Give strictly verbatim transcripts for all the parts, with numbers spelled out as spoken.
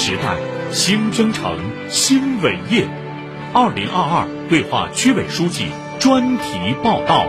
时代，新征程，新伟业。二零二二对话区委书记专题报道。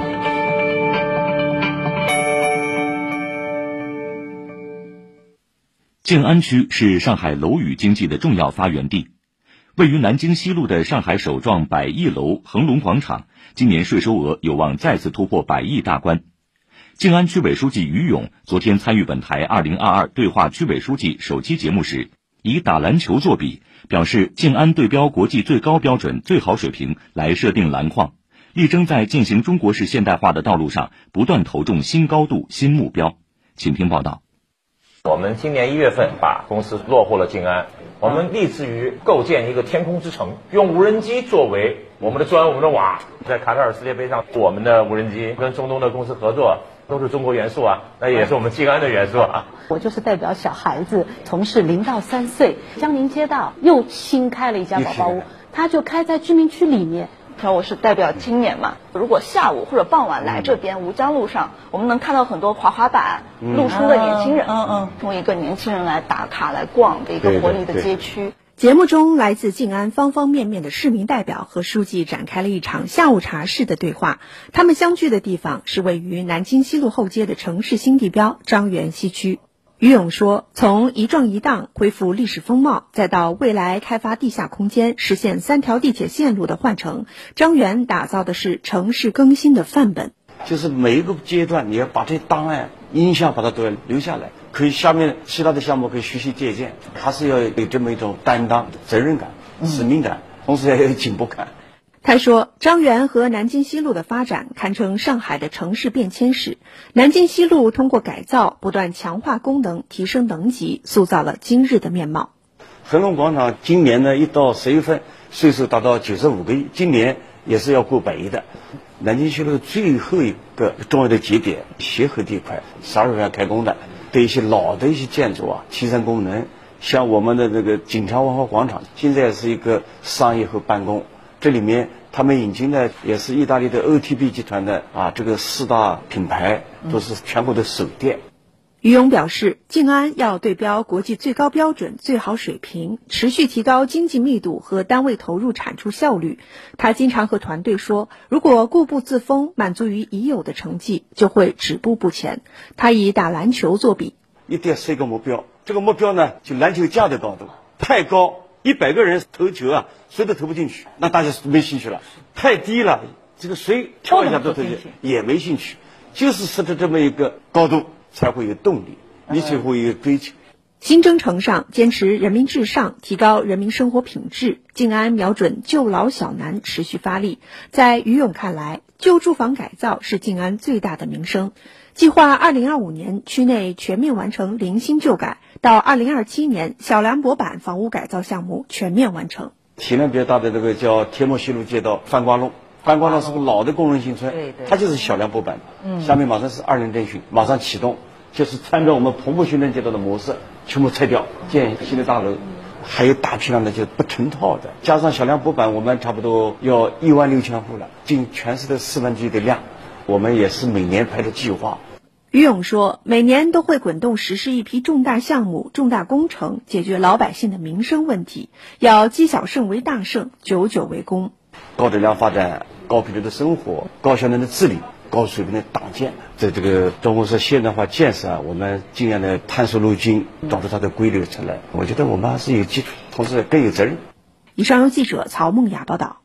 静安区是上海楼宇经济的重要发源地，位于南京西路的上海首幢百亿楼恒隆广场，今年税收额有望再次突破百亿大关。静安区委书记于勇昨天参与本台二零二二对话区委书记首期节目时，以打篮球作比，表示静安对标国际最高标准、最好水平来设定篮筐，力争在进行中国式现代化的道路上不断投中新高度、新目标。请听报道。 我们今年一月份把公司落户了静安，我们立志于构建一个天空之城，用无人机作为我们的砖、我们的瓦。在卡塔尔世界杯上，我们的无人机跟中东的公司合作，都是中国元素啊，那也是我们静安的元素啊。 我就是代表小孩子，从事零到三岁，江宁街道又新开了一家宝宝屋，它就开在居民区里面。 我是代表青年嘛，如果下午或者傍晚来这边吴江路上，我们能看到很多滑滑板、露出的年轻人，嗯嗯，用一个年轻人来打卡、来逛的一个活力的街区。 节目中，来自静安方方面面的市民代表和书记展开了一场下午茶式的对话。他们相聚的地方是位于南京西路后街的城市新地标张园西区。于勇说，从一幢一档恢复历史风貌，再到未来开发地下空间，实现三条地铁线路的换乘，张园打造的是城市更新的范本。 就是每一个阶段，你要把这些档案、印象把它都要留下来，可以下面其他的项目可以学习借鉴。还是要有这么一种担当、责任感、使命感，同时要有进步感。 他说，张园和南京西路的发展堪称上海的城市变迁史。南京西路通过改造，不断强化功能，提升能级，塑造了今日的面貌。 恒隆广场今年呢，一到十月份，税收达到九十五个亿，今年也是要过百亿的。南京西路最后一个重要的节点，协和地块，十二月份开工的，对一些老的一些建筑啊，提升功能。像我们的这个锦昌文化广场，现在是一个商业和办公。这里面他们引进的也是意大利的 O T B 集团的啊，这个四大品牌都是全国的首店。 于勇表示，静安要对标国际最高标准、最好水平，持续提高经济密度和单位投入产出效率。他经常和团队说，如果固步自封，满足于已有的成绩，就会止步不前。他以打篮球作比， 一定要设一个目标，这个目标呢，就篮球架的高度，太高一百个人投球啊，谁都投不进去，那大家没兴趣了。太低了，这个谁跳一下都投进去，也没兴趣。就是设置这么一个高度，才会有动力，你才会有追求。 新征程上坚持人民至上，提高人民生活品质。静安瞄准救老小难，持续发力。在于勇看来，旧住房改造是静安最大的民生。计划二零二五年区内全面完成零新旧改，到二零二七年小梁柏板房屋改造项目全面完成。 体量比较大的这个叫天幕西路街道繁光路，繁光路是个老的工人新村， 对对， 它就是小梁柏板。嗯，下面马上是二轮征询，马上启动，就是参照我们棚户新村街道的模式，全部拆掉，建新的大楼。还有大批量的就是不成套的，加上小梁柏板，我们差不多要一万六千户了，近全市的四分之一的量。我们也是每年排的计划。 于勇说，每年都会滚动实施一批重大项目、重大工程，解决老百姓的民生问题，要积小胜为大胜，久久为功。 高质量发展、高品质的生活、高效能的治理、高水平的党建，在这个中国式现代化建设啊，我们尽量的探索路径，找出它的规律出来。我觉得我们还是有基础，同时更有责任。 以上由记者曹梦雅报道。